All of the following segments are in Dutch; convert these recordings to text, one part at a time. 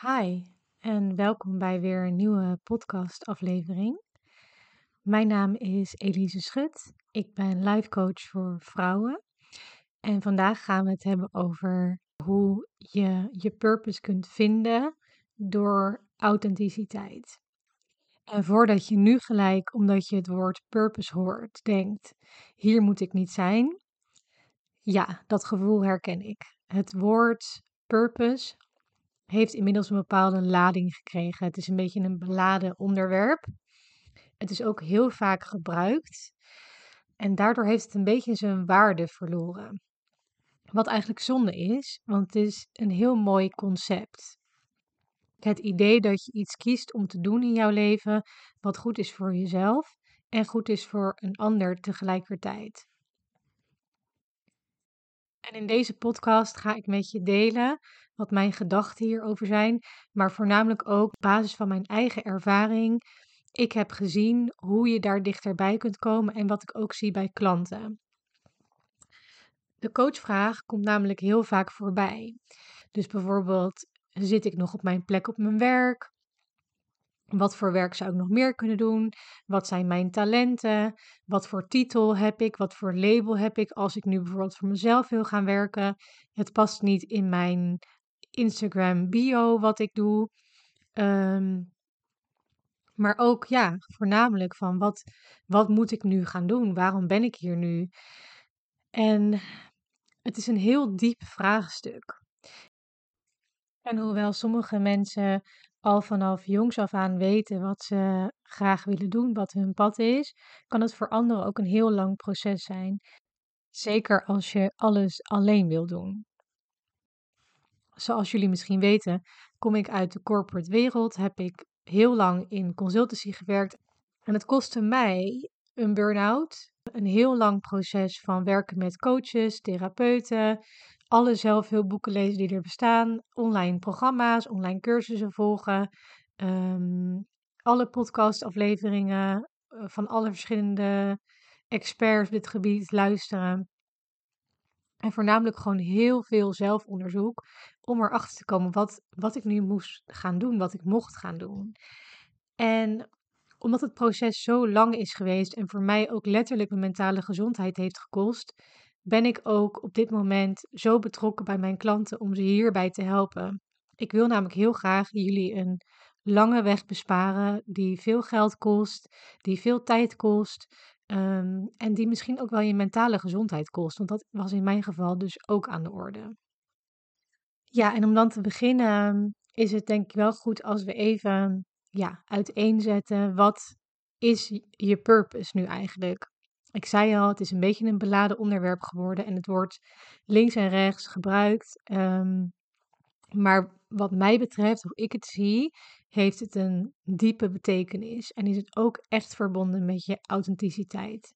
Hi en welkom bij weer een nieuwe podcastaflevering. Mijn naam is Elise Schut. Ik ben life coach voor vrouwen. En vandaag gaan we het hebben over hoe je je purpose kunt vinden door authenticiteit. En voordat je nu gelijk, omdat je het woord purpose hoort, denkt: hier moet ik niet zijn. Ja, dat gevoel herken ik. Het woord purpose heeft inmiddels een bepaalde lading gekregen. Het is een beetje een beladen onderwerp. Het is ook heel vaak gebruikt en daardoor heeft het een beetje zijn waarde verloren. Wat eigenlijk zonde is, want het is een heel mooi concept. Het idee dat je iets kiest om te doen in jouw leven wat goed is voor jezelf en goed is voor een ander tegelijkertijd. En in deze podcast ga ik met je delen wat mijn gedachten hierover zijn, maar voornamelijk ook op basis van mijn eigen ervaring. Ik heb gezien hoe je daar dichterbij kunt komen en wat ik ook zie bij klanten. De coachvraag komt namelijk heel vaak voorbij. Dus bijvoorbeeld, zit ik nog op mijn plek op mijn werk? Wat voor werk zou ik nog meer kunnen doen? Wat zijn mijn talenten? Wat voor titel heb ik? Wat voor label heb ik als ik nu bijvoorbeeld voor mezelf wil gaan werken? Het past niet in mijn Instagram bio wat ik doe. Ehm, maar ook ja, voornamelijk van wat moet ik nu gaan doen? Waarom ben ik hier nu? En het is een heel diep vraagstuk. En hoewel sommige mensen al vanaf jongs af aan weten wat ze graag willen doen, wat hun pad is, kan het voor anderen ook een heel lang proces zijn. Zeker als je alles alleen wil doen. Zoals jullie misschien weten, kom ik uit de corporate wereld, heb ik heel lang in consultancy gewerkt en het kostte mij een burn-out. Een heel lang proces van werken met coaches, therapeuten, alle zelfhulpboeken lezen die er bestaan, online programma's, online cursussen volgen, ehm, alle podcastafleveringen van alle verschillende experts op dit gebied luisteren. En voornamelijk gewoon heel veel zelfonderzoek om erachter te komen wat ik nu moest gaan doen, wat ik mocht gaan doen. En omdat het proces zo lang is geweest en voor mij ook letterlijk mijn mentale gezondheid heeft gekost, ben ik ook op dit moment zo betrokken bij mijn klanten om ze hierbij te helpen. Ik wil namelijk heel graag jullie een lange weg besparen die veel geld kost, die veel tijd kost, en die misschien ook wel je mentale gezondheid kost, want dat was in mijn geval dus ook aan de orde. Ja, en om dan te beginnen is het denk ik wel goed als we even ja, uiteenzetten wat is je purpose nu eigenlijk? Ik zei al, het is een beetje een beladen onderwerp geworden en het wordt links en rechts gebruikt. Maar wat mij betreft, hoe ik het zie, heeft het een diepe betekenis en is het ook echt verbonden met je authenticiteit.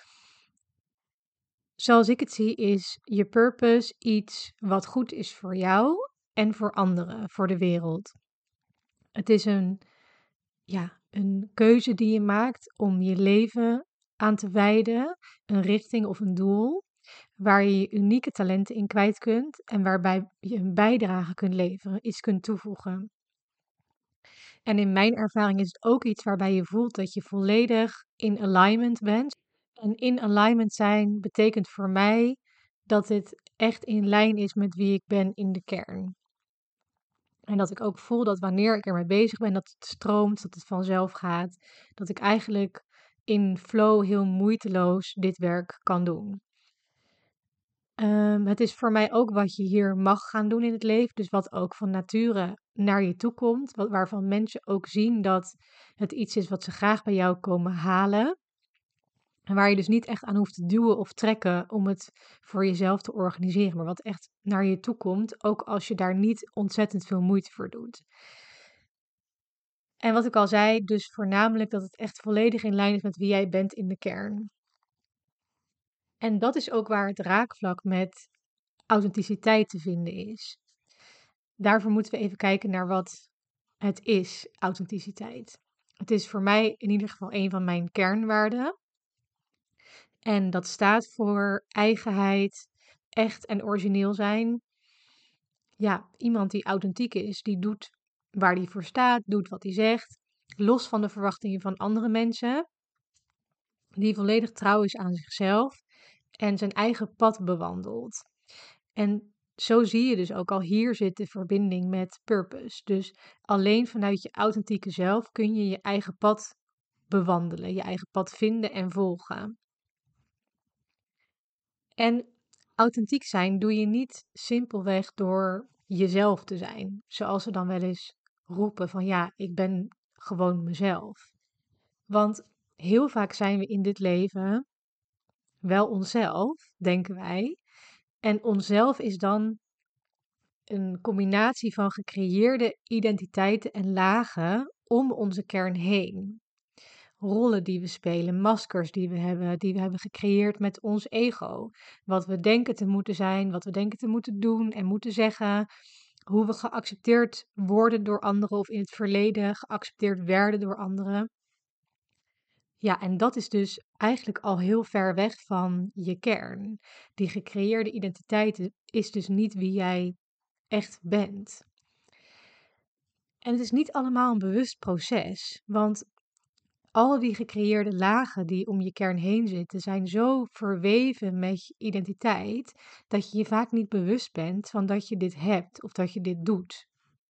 Zoals ik het zie, is je purpose iets wat goed is voor jou en voor anderen, voor de wereld. Het is een keuze die je maakt om je leven aan te wijden, een richting of een doel, waar je je unieke talenten in kwijt kunt en waarbij je een bijdrage kunt leveren, iets kunt toevoegen. En in mijn ervaring is het ook iets waarbij je voelt dat je volledig in alignment bent. En in alignment zijn betekent voor mij dat het echt in lijn is met wie ik ben in de kern. En dat ik ook voel dat wanneer ik ermee bezig ben, dat het stroomt, dat het vanzelf gaat. Dat ik eigenlijk in flow heel moeiteloos dit werk kan doen. Het is voor mij ook wat je hier mag gaan doen in het leven. Dus wat ook van nature naar je toe komt. Waarvan mensen ook zien dat het iets is wat ze graag bij jou komen halen. En waar je dus niet echt aan hoeft te duwen of trekken om het voor jezelf te organiseren. Maar wat echt naar je toe komt, ook als je daar niet ontzettend veel moeite voor doet. En wat ik al zei, dus voornamelijk dat het echt volledig in lijn is met wie jij bent in de kern. En dat is ook waar het raakvlak met authenticiteit te vinden is. Daarvoor moeten we even kijken naar wat het is, authenticiteit. Het is voor mij in ieder geval een van mijn kernwaarden. En dat staat voor eigenheid, echt en origineel zijn. Ja, iemand die authentiek is, die doet waar hij voor staat, doet wat hij zegt, los van de verwachtingen van andere mensen, die volledig trouw is aan zichzelf en zijn eigen pad bewandelt. En zo zie je dus ook al, hier zit de verbinding met purpose. Dus alleen vanuit je authentieke zelf kun je je eigen pad bewandelen, je eigen pad vinden en volgen. En authentiek zijn doe je niet simpelweg door jezelf te zijn, zoals ze dan wel eens roepen van ja, ik ben gewoon mezelf. Want heel vaak zijn we in dit leven wel onszelf, denken wij. En onszelf is dan een combinatie van gecreëerde identiteiten en lagen om onze kern heen. Rollen die we spelen, maskers die we hebben gecreëerd met ons ego. Wat we denken te moeten zijn, wat we denken te moeten doen en moeten zeggen. Hoe we geaccepteerd worden door anderen of in het verleden geaccepteerd werden door anderen. Ja, en dat is dus eigenlijk al heel ver weg van je kern. Die gecreëerde identiteit is dus niet wie jij echt bent. En het is niet allemaal een bewust proces, want al die gecreëerde lagen die om je kern heen zitten, zijn zo verweven met je identiteit, dat je je vaak niet bewust bent van dat je dit hebt of dat je dit doet.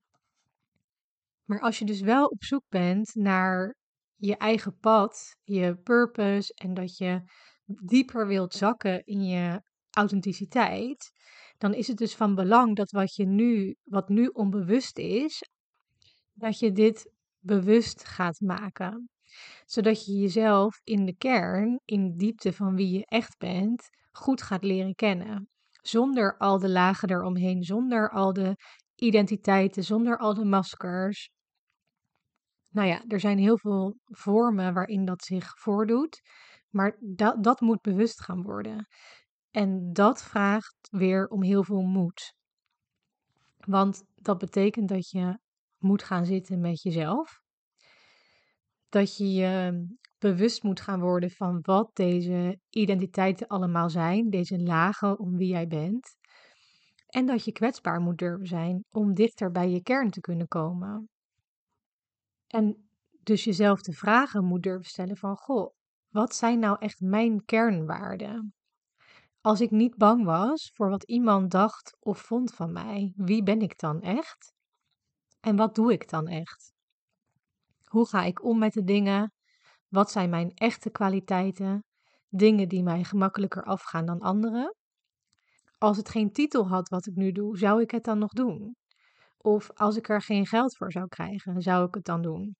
Maar als je dus wel op zoek bent naar je eigen pad, je purpose en dat je dieper wilt zakken in je authenticiteit, dan is het dus van belang dat wat nu onbewust is, dat je dit bewust gaat maken. Zodat je jezelf in de kern, in de diepte van wie je echt bent, goed gaat leren kennen. Zonder al de lagen eromheen, zonder al de identiteiten, zonder al de maskers. Nou ja, er zijn heel veel vormen waarin dat zich voordoet, maar dat moet bewust gaan worden. En dat vraagt weer om heel veel moed. Want dat betekent dat je moet gaan zitten met jezelf. Dat je je bewust moet gaan worden van wat deze identiteiten allemaal zijn, deze lagen om wie jij bent. En dat je kwetsbaar moet durven zijn om dichter bij je kern te kunnen komen. En dus jezelf de vragen moet durven stellen van, goh, wat zijn nou echt mijn kernwaarden? Als ik niet bang was voor wat iemand dacht of vond van mij, wie ben ik dan echt? En wat doe ik dan echt? Hoe ga ik om met de dingen? Wat zijn mijn echte kwaliteiten? Dingen die mij gemakkelijker afgaan dan anderen? Als het geen titel had wat ik nu doe, zou ik het dan nog doen? Of als ik er geen geld voor zou krijgen, zou ik het dan doen?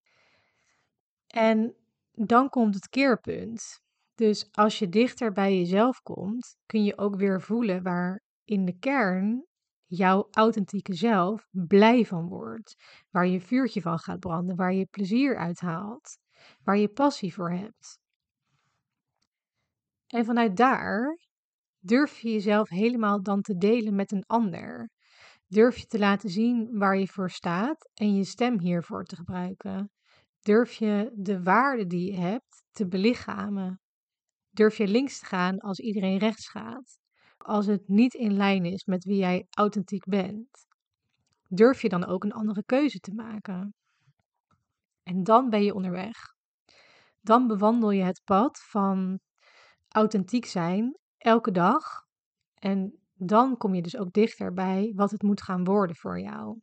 En dan komt het keerpunt. Dus als je dichter bij jezelf komt, kun je ook weer voelen waar in de kern jouw authentieke zelf blij van wordt. Waar je vuurtje van gaat branden, waar je plezier uit haalt, waar je passie voor hebt. En vanuit daar durf je jezelf helemaal dan te delen met een ander. Durf je te laten zien waar je voor staat en je stem hiervoor te gebruiken. Durf je de waarde die je hebt te belichamen. Durf je links te gaan als iedereen rechts gaat. Als het niet in lijn is met wie jij authentiek bent. Durf je dan ook een andere keuze te maken. En dan ben je onderweg. Dan bewandel je het pad van authentiek zijn elke dag. En dan kom je dus ook dichter bij wat het moet gaan worden voor jou.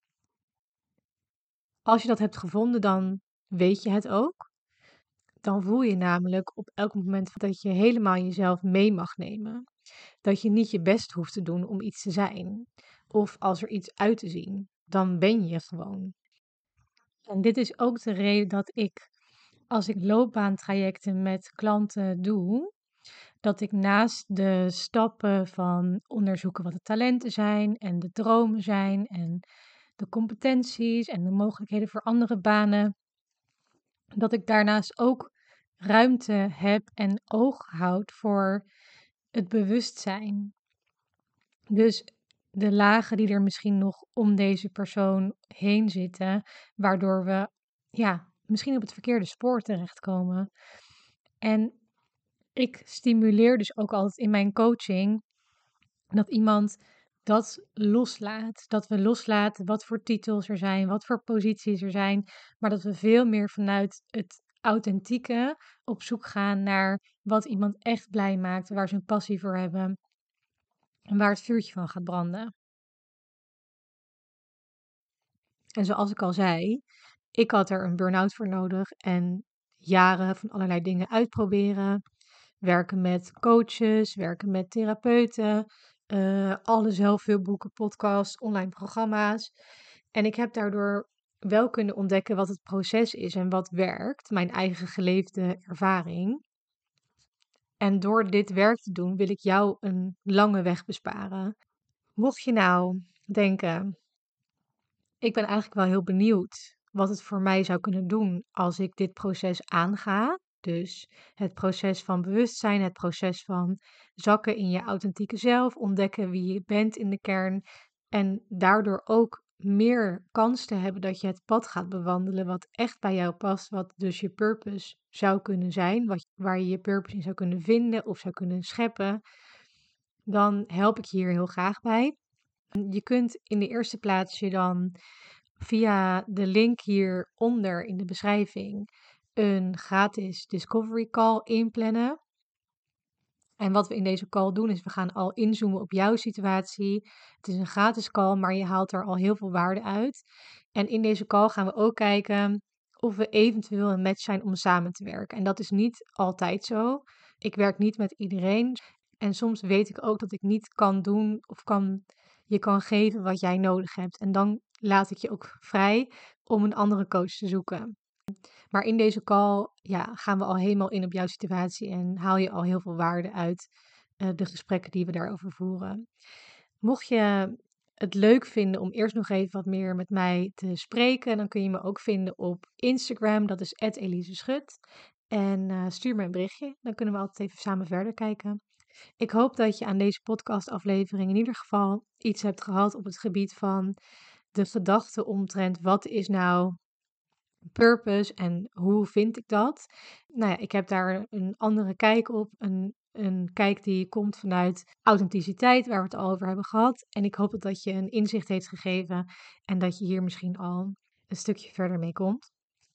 Als je dat hebt gevonden, dan weet je het ook. Dan voel je namelijk op elk moment dat je helemaal jezelf mee mag nemen. Dat je niet je best hoeft te doen om iets te zijn. Of als er iets uit te zien. Dan ben je gewoon. En dit is ook de reden dat ik, als ik loopbaantrajecten met klanten doe, dat ik naast de stappen van onderzoeken wat de talenten zijn en de dromen zijn en de competenties en de mogelijkheden voor andere banen, dat ik daarnaast ook ruimte heb en oog houd voor het bewustzijn. Dus de lagen die er misschien nog om deze persoon heen zitten, waardoor we misschien op het verkeerde spoor terechtkomen. En ik stimuleer dus ook altijd in mijn coaching dat iemand dat loslaat. Dat we loslaten wat voor titels er zijn, wat voor posities er zijn, maar dat we veel meer vanuit het authentieke op zoek gaan naar wat iemand echt blij maakt, waar ze een passie voor hebben en waar het vuurtje van gaat branden. En zoals ik al zei, ik had er een burn-out voor nodig en jaren van allerlei dingen uitproberen. Werken met coaches, werken met therapeuten, alle zelfhulpboeken, podcasts, online programma's. En ik heb daardoor wel kunnen ontdekken wat het proces is en wat werkt, mijn eigen geleefde ervaring. En door dit werk te doen wil ik jou een lange weg besparen. Mocht je nou denken, ik ben eigenlijk wel heel benieuwd wat het voor mij zou kunnen doen als ik dit proces aanga. Dus het proces van bewustzijn, het proces van zakken in je authentieke zelf, ontdekken wie je bent in de kern en daardoor ook meer kans te hebben dat je het pad gaat bewandelen wat echt bij jou past, wat dus je purpose zou kunnen zijn, waar je je purpose in zou kunnen vinden of zou kunnen scheppen, dan help ik je hier heel graag bij. Je kunt in de eerste plaats je dan via de link hieronder in de beschrijving een gratis discovery call inplannen. En wat we in deze call doen is we gaan al inzoomen op jouw situatie. Het is een gratis call, maar je haalt er al heel veel waarde uit. En in deze call gaan we ook kijken of we eventueel een match zijn om samen te werken. En dat is niet altijd zo. Ik werk niet met iedereen. En soms weet ik ook dat ik niet kan doen of je kan geven wat jij nodig hebt. En dan laat ik je ook vrij om een andere coach te zoeken. Maar in deze call gaan we al helemaal in op jouw situatie en haal je al heel veel waarde uit de gesprekken die we daarover voeren. Mocht je het leuk vinden om eerst nog even wat meer met mij te spreken, dan kun je me ook vinden op Instagram, dat is @eliseschut. En stuur me een berichtje, dan kunnen we altijd even samen verder kijken. Ik hoop dat je aan deze podcastaflevering in ieder geval iets hebt gehad op het gebied van de gedachte omtrent wat is nou purpose en hoe vind ik dat? Nou ja, ik heb daar een andere kijk op, een kijk die komt vanuit authenticiteit, waar we het al over hebben gehad. En ik hoop dat je een inzicht heeft gegeven en dat je hier misschien al een stukje verder mee komt.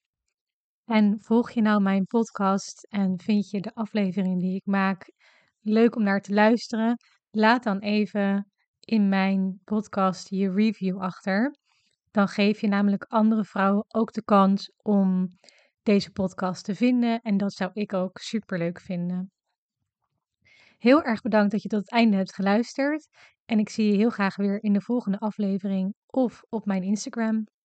En volg je nou mijn podcast en vind je de afleveringen die ik maak leuk om naar te luisteren? Laat dan even in mijn podcast je review achter. Dan geef je namelijk andere vrouwen ook de kans om deze podcast te vinden. En dat zou ik ook super leuk vinden. Heel erg bedankt dat je tot het einde hebt geluisterd. En ik zie je heel graag weer in de volgende aflevering of op mijn Instagram.